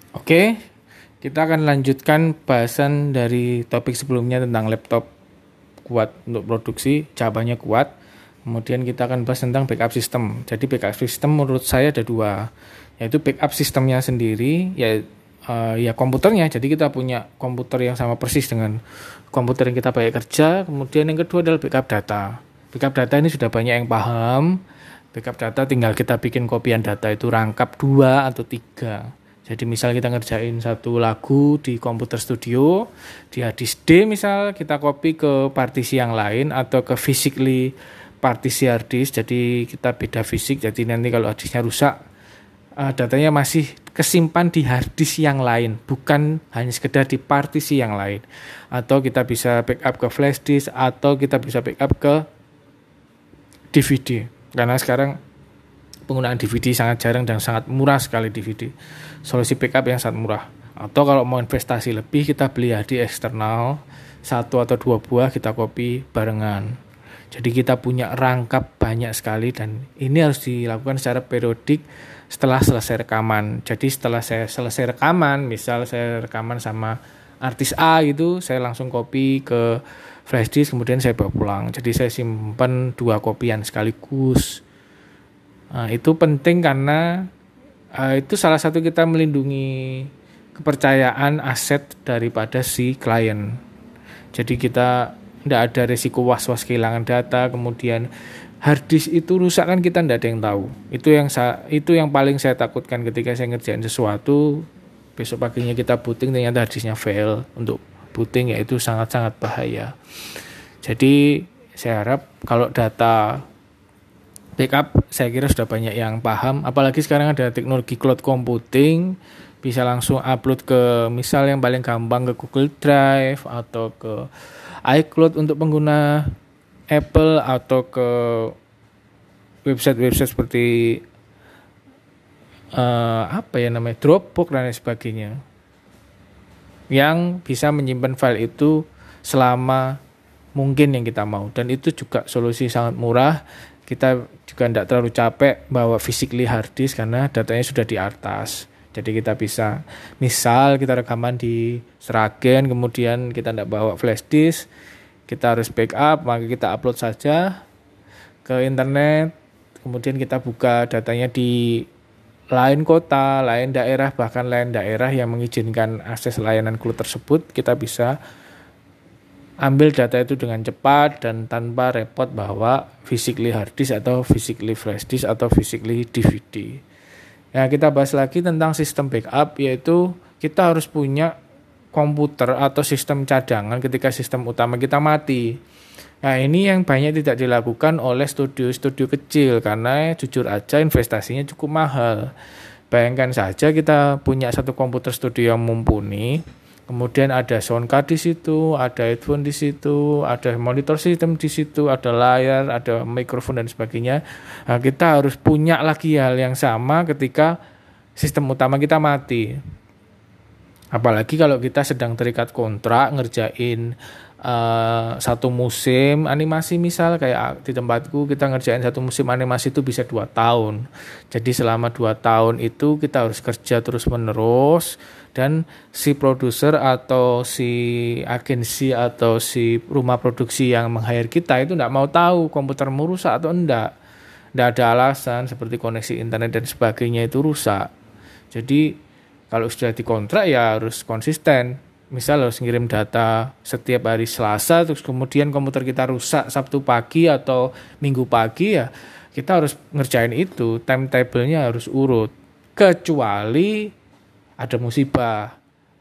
Oke, kita akan lanjutkan bahasan dari topik sebelumnya tentang laptop kuat untuk produksi, jawabannya kuat. Kemudian kita akan bahas tentang backup system. Jadi backup system menurut saya ada dua, yaitu backup sistemnya sendiri, ya komputernya. Jadi kita punya komputer yang sama persis dengan komputer yang kita pakai kerja. Kemudian yang kedua adalah backup data. Backup data ini sudah banyak yang paham. Backup data tinggal kita bikin kopian data itu rangkap 2 atau 3. Jadi misal kita ngerjain satu lagu di komputer studio, di hard disk D misal kita copy ke partisi yang lain atau ke physically partisi hard disk. Jadi kita beda fisik, jadi nanti kalau hard disknya rusak, datanya masih kesimpan di hard disk yang lain, bukan hanya sekedar di partisi yang lain. Atau kita bisa backup ke flash disk atau kita bisa backup ke DVD. Karena sekarang penggunaan DVD sangat jarang dan sangat murah sekali DVD. Solusi backup yang sangat murah. Atau kalau mau investasi lebih, kita beli HD eksternal 1 atau 2 buah, kita copy barengan. Jadi kita punya rangkap banyak sekali dan ini harus dilakukan secara periodik setelah selesai rekaman. Jadi setelah saya selesai rekaman, misal saya rekaman sama artis A gitu, saya langsung copy ke flash disk, kemudian saya bawa pulang. Jadi saya simpan 2 kopian sekaligus. Nah, itu penting karena itu salah satu kita melindungi kepercayaan aset daripada si klien. Jadi kita tidak ada resiko was-was kehilangan data, kemudian hard disk itu rusak kan kita tidak ada yang tahu. Itu yang paling saya takutkan ketika saya ngerjain sesuatu, besok paginya kita booting ternyata hard disknya fail untuk booting, yaitu sangat-sangat bahaya. Jadi saya harap kalau data backup saya kira sudah banyak yang paham, apalagi sekarang ada teknologi cloud computing, bisa langsung upload ke misal yang paling gampang ke Google Drive atau ke iCloud untuk pengguna Apple atau ke website-website seperti Dropbox dan lain sebagainya yang bisa menyimpan file itu selama mungkin yang kita mau, dan itu juga solusi sangat murah. Kita juga tidak terlalu capek bawa physically hard disk karena datanya sudah di atas. Jadi kita bisa, misal kita rekaman di Seragen, kemudian kita tidak bawa flash disk, kita harus backup, maka kita upload saja ke internet, kemudian kita buka datanya di lain kota, lain daerah, bahkan lain daerah yang mengizinkan akses layanan cloud tersebut, kita bisa ambil data itu dengan cepat dan tanpa repot bahwa physically hard disk atau physically flash disk atau physically DVD. Ya, kita bahas lagi tentang sistem backup, yaitu kita harus punya komputer atau sistem cadangan ketika sistem utama kita mati. Nah, ini yang banyak tidak dilakukan oleh studio-studio kecil karena jujur aja investasinya cukup mahal. Bayangkan saja kita punya satu komputer studio yang mumpuni, kemudian ada sound card di situ, ada headphone di situ, ada monitor sistem di situ, ada layar, ada mikrofon dan sebagainya. Nah, kita harus punya lagi hal yang sama ketika sistem utama kita mati. Apalagi kalau kita sedang terikat kontrak ngerjain satu musim animasi, misal kayak di tempatku kita ngerjain satu musim animasi itu bisa 2 tahun. Jadi selama 2 tahun itu kita harus kerja terus menerus, dan si produser atau si agensi atau si rumah produksi yang meng-hire kita itu tidak mau tahu komputermu rusak atau enggak. Tidak ada alasan seperti koneksi internet dan sebagainya itu rusak. Jadi kalau sudah dikontrak ya harus konsisten. Misal harus ngirim data setiap hari Selasa, terus kemudian komputer kita rusak Sabtu pagi atau Minggu pagi, ya kita harus ngerjain itu, timetable-nya harus urut. Kecuali ada musibah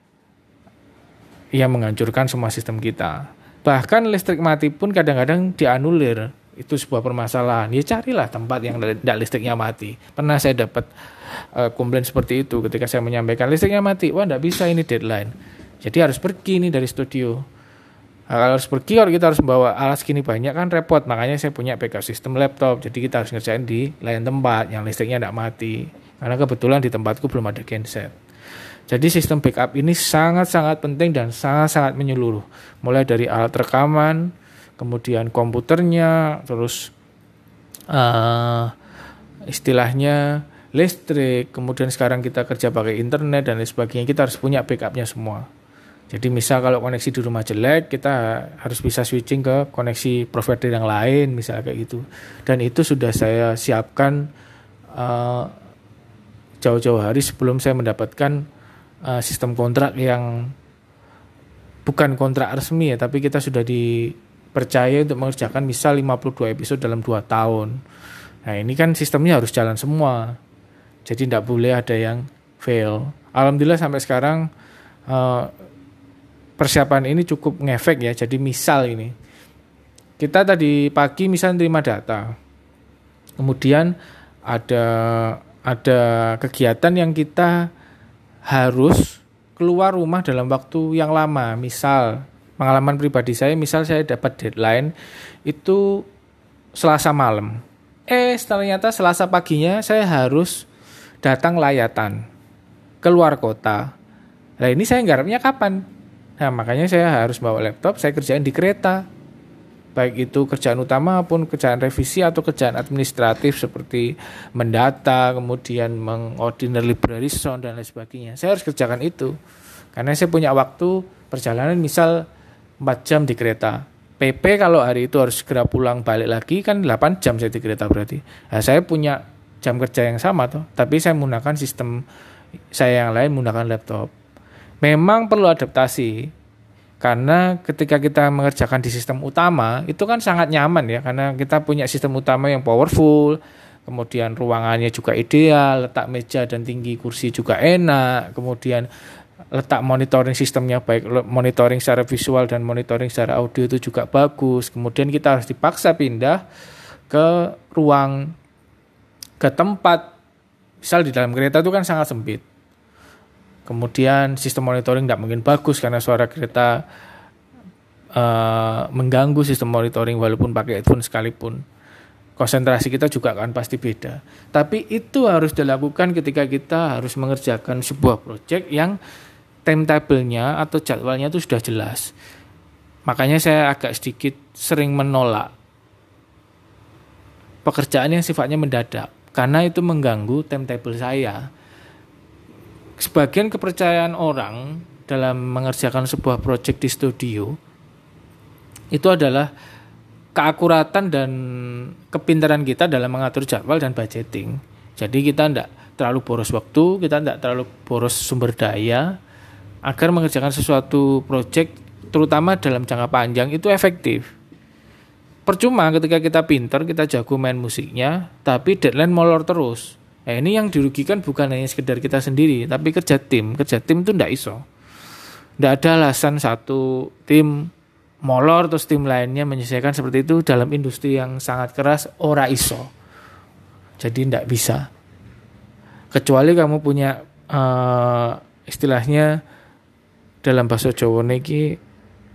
yang menghancurkan semua sistem kita. Bahkan listrik mati pun kadang-kadang dianulir. Itu sebuah permasalahan. Ya carilah tempat yang tidak listriknya mati. Pernah saya dapat komplain seperti itu ketika saya menyampaikan listriknya mati. Wah, tidak bisa, ini deadline. Jadi harus pergi nih dari studio. Nah, kalau harus pergi, kalau kita harus membawa alat segini banyak kan repot. Makanya saya punya backup sistem laptop. Jadi kita harus ngerjain di lain tempat yang listriknya tidak mati. Karena kebetulan di tempatku belum ada genset. Jadi sistem backup ini sangat-sangat penting dan sangat-sangat menyeluruh. Mulai dari alat rekaman, kemudian komputernya, terus istilahnya listrik, kemudian sekarang kita kerja pakai internet dan lain sebagainya, kita harus punya backupnya semua. Jadi misal kalau koneksi di rumah jelek, kita harus bisa switching ke koneksi provider yang lain, misalnya kayak gitu. Dan itu sudah saya siapkan jauh-jauh hari sebelum saya mendapatkan sistem kontrak yang bukan kontrak resmi ya, tapi kita sudah dipercaya untuk mengerjakan misal 52 episode dalam 2 tahun. Nah ini kan sistemnya harus jalan semua. Jadi tidak boleh ada yang fail. Alhamdulillah sampai sekarang persiapan ini cukup ngefek ya. Jadi misal ini, kita tadi pagi misal terima data. Kemudian ada kegiatan yang kita harus keluar rumah dalam waktu yang lama. Misal, pengalaman pribadi saya, misal saya dapat deadline itu Selasa malam. Ternyata Selasa paginya saya harus datang layatan keluar kota. Nah ini saya nggarapnya kapan? Nah makanya saya harus bawa laptop, saya kerjain di kereta. Baik itu kerjaan utama maupun kerjaan revisi atau kerjaan administratif seperti mendata, kemudian mengordinir library sound dan lain sebagainya. Saya harus kerjakan itu. Karena saya punya waktu perjalanan misal 4 jam di kereta. PP kalau hari itu harus segera pulang balik lagi kan 8 jam saya di kereta berarti. Nah, saya punya jam kerja yang sama toh, tapi saya menggunakan sistem saya yang lain menggunakan laptop. Memang perlu adaptasi karena ketika kita mengerjakan di sistem utama itu kan sangat nyaman ya, karena kita punya sistem utama yang powerful, kemudian ruangannya juga ideal, letak meja dan tinggi kursi juga enak, kemudian letak monitoring sistemnya baik, monitoring secara visual dan monitoring secara audio itu juga bagus. Kemudian kita harus dipaksa pindah ke tempat, misal di dalam kereta itu kan sangat sempit. Kemudian sistem monitoring tidak mungkin bagus karena suara kereta mengganggu sistem monitoring walaupun pakai headphone sekalipun. Konsentrasi kita juga kan pasti beda. Tapi itu harus dilakukan ketika kita harus mengerjakan sebuah proyek yang timetable-nya atau jadwalnya itu sudah jelas. Makanya saya agak sedikit sering menolak pekerjaan yang sifatnya mendadak karena itu mengganggu timetable saya. Sebagian kepercayaan orang dalam mengerjakan sebuah proyek di studio itu adalah keakuratan dan kepintaran kita dalam mengatur jadwal dan budgeting. Jadi kita tidak terlalu boros waktu, kita tidak terlalu boros sumber daya agar mengerjakan sesuatu proyek terutama dalam jangka panjang itu efektif. Percuma ketika kita pintar, kita jago main musiknya, tapi deadline molor terus. Nah, ini yang dirugikan bukan hanya sekedar kita sendiri, tapi kerja tim. Kerja tim itu tidak iso. Tidak ada alasan satu tim molor terus tim lainnya menyelesaikan seperti itu dalam industri yang sangat keras, ora iso. Jadi tidak bisa. Kecuali kamu punya istilahnya dalam bahasa Jawa niki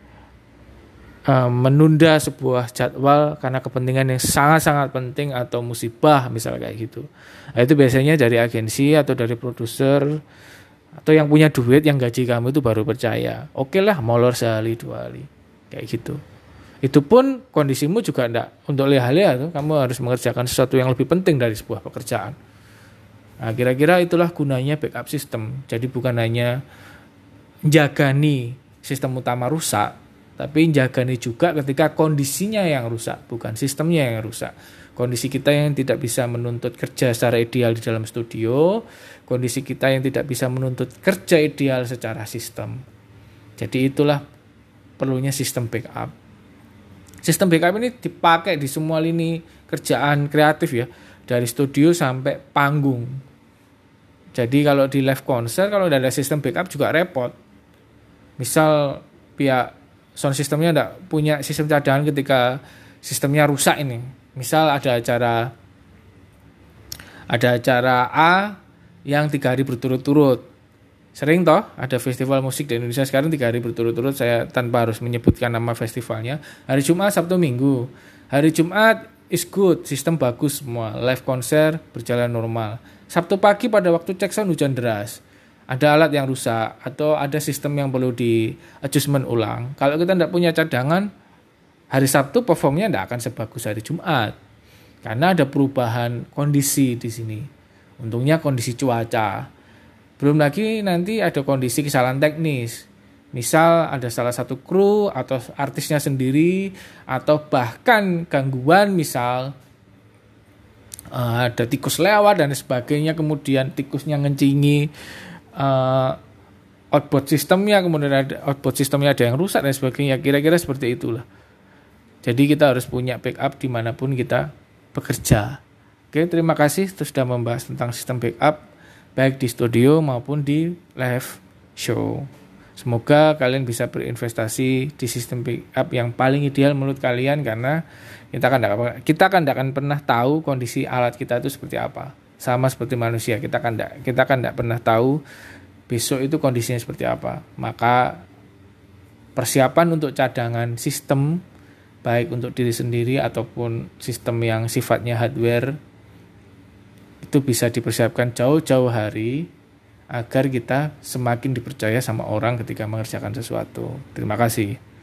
menunda sebuah jadwal karena kepentingan yang sangat-sangat penting atau musibah misalnya kayak gitu. Nah, itu biasanya dari agensi atau dari produser atau yang punya duit yang gaji kamu itu baru percaya. Oke lah molor sehari 2 hari kayak gitu. Itu pun kondisimu juga enggak untuk leha-leha tuh, kamu harus mengerjakan sesuatu yang lebih penting dari sebuah pekerjaan. Nah, kira-kira itulah gunanya backup system. Jadi bukan hanya menjagani sistem utama rusak, tapi jagani juga ketika kondisinya yang rusak, bukan sistemnya yang rusak. Kondisi kita yang tidak bisa menuntut kerja secara ideal di dalam studio, kondisi kita yang tidak bisa menuntut kerja ideal secara sistem. Jadi itulah perlunya sistem backup. Sistem backup ini dipakai di semua lini kerjaan kreatif ya, dari studio sampai panggung. Jadi kalau di live konser, kalau tidak ada sistem backup juga repot. Misal pihak sound systemnya tidak punya sistem cadangan ketika sistemnya rusak ini. Misal ada acara A yang 3 hari berturut-turut. Sering toh ada festival musik di Indonesia sekarang 3 hari berturut-turut, saya tanpa harus menyebutkan nama festivalnya. Hari Jumat, Sabtu, Minggu. Hari Jumat is good, sistem bagus semua, live konser berjalan normal. Sabtu pagi pada waktu cek sound hujan deras. Ada alat yang rusak atau ada sistem yang perlu di adjustment ulang. Kalau kita tidak punya cadangan, hari Sabtu performnya tidak akan sebagus hari Jumat. Karena ada perubahan kondisi di sini. Untungnya kondisi cuaca. Belum lagi nanti ada kondisi kesalahan teknis. Misal ada salah satu kru atau artisnya sendiri, atau bahkan gangguan, misal ada tikus lewat dan sebagainya, kemudian tikusnya ngencingi outboard sistemnya, kemudian outboard sistemnya ada yang rusak dan sebagainya, kira-kira seperti itulah. Jadi kita harus punya backup dimanapun kita bekerja. Oke, terima kasih sudah membahas tentang sistem backup baik di studio maupun di live show. Semoga kalian bisa berinvestasi di sistem backup yang paling ideal menurut kalian, karena kita kan tidak akan pernah tahu kondisi alat kita itu seperti apa. Sama seperti manusia, kita kan tidak pernah tahu besok itu kondisinya seperti apa. Maka persiapan untuk cadangan sistem, baik untuk diri sendiri ataupun sistem yang sifatnya hardware, itu bisa dipersiapkan jauh-jauh hari agar kita semakin dipercaya sama orang ketika mengerjakan sesuatu. Terima kasih.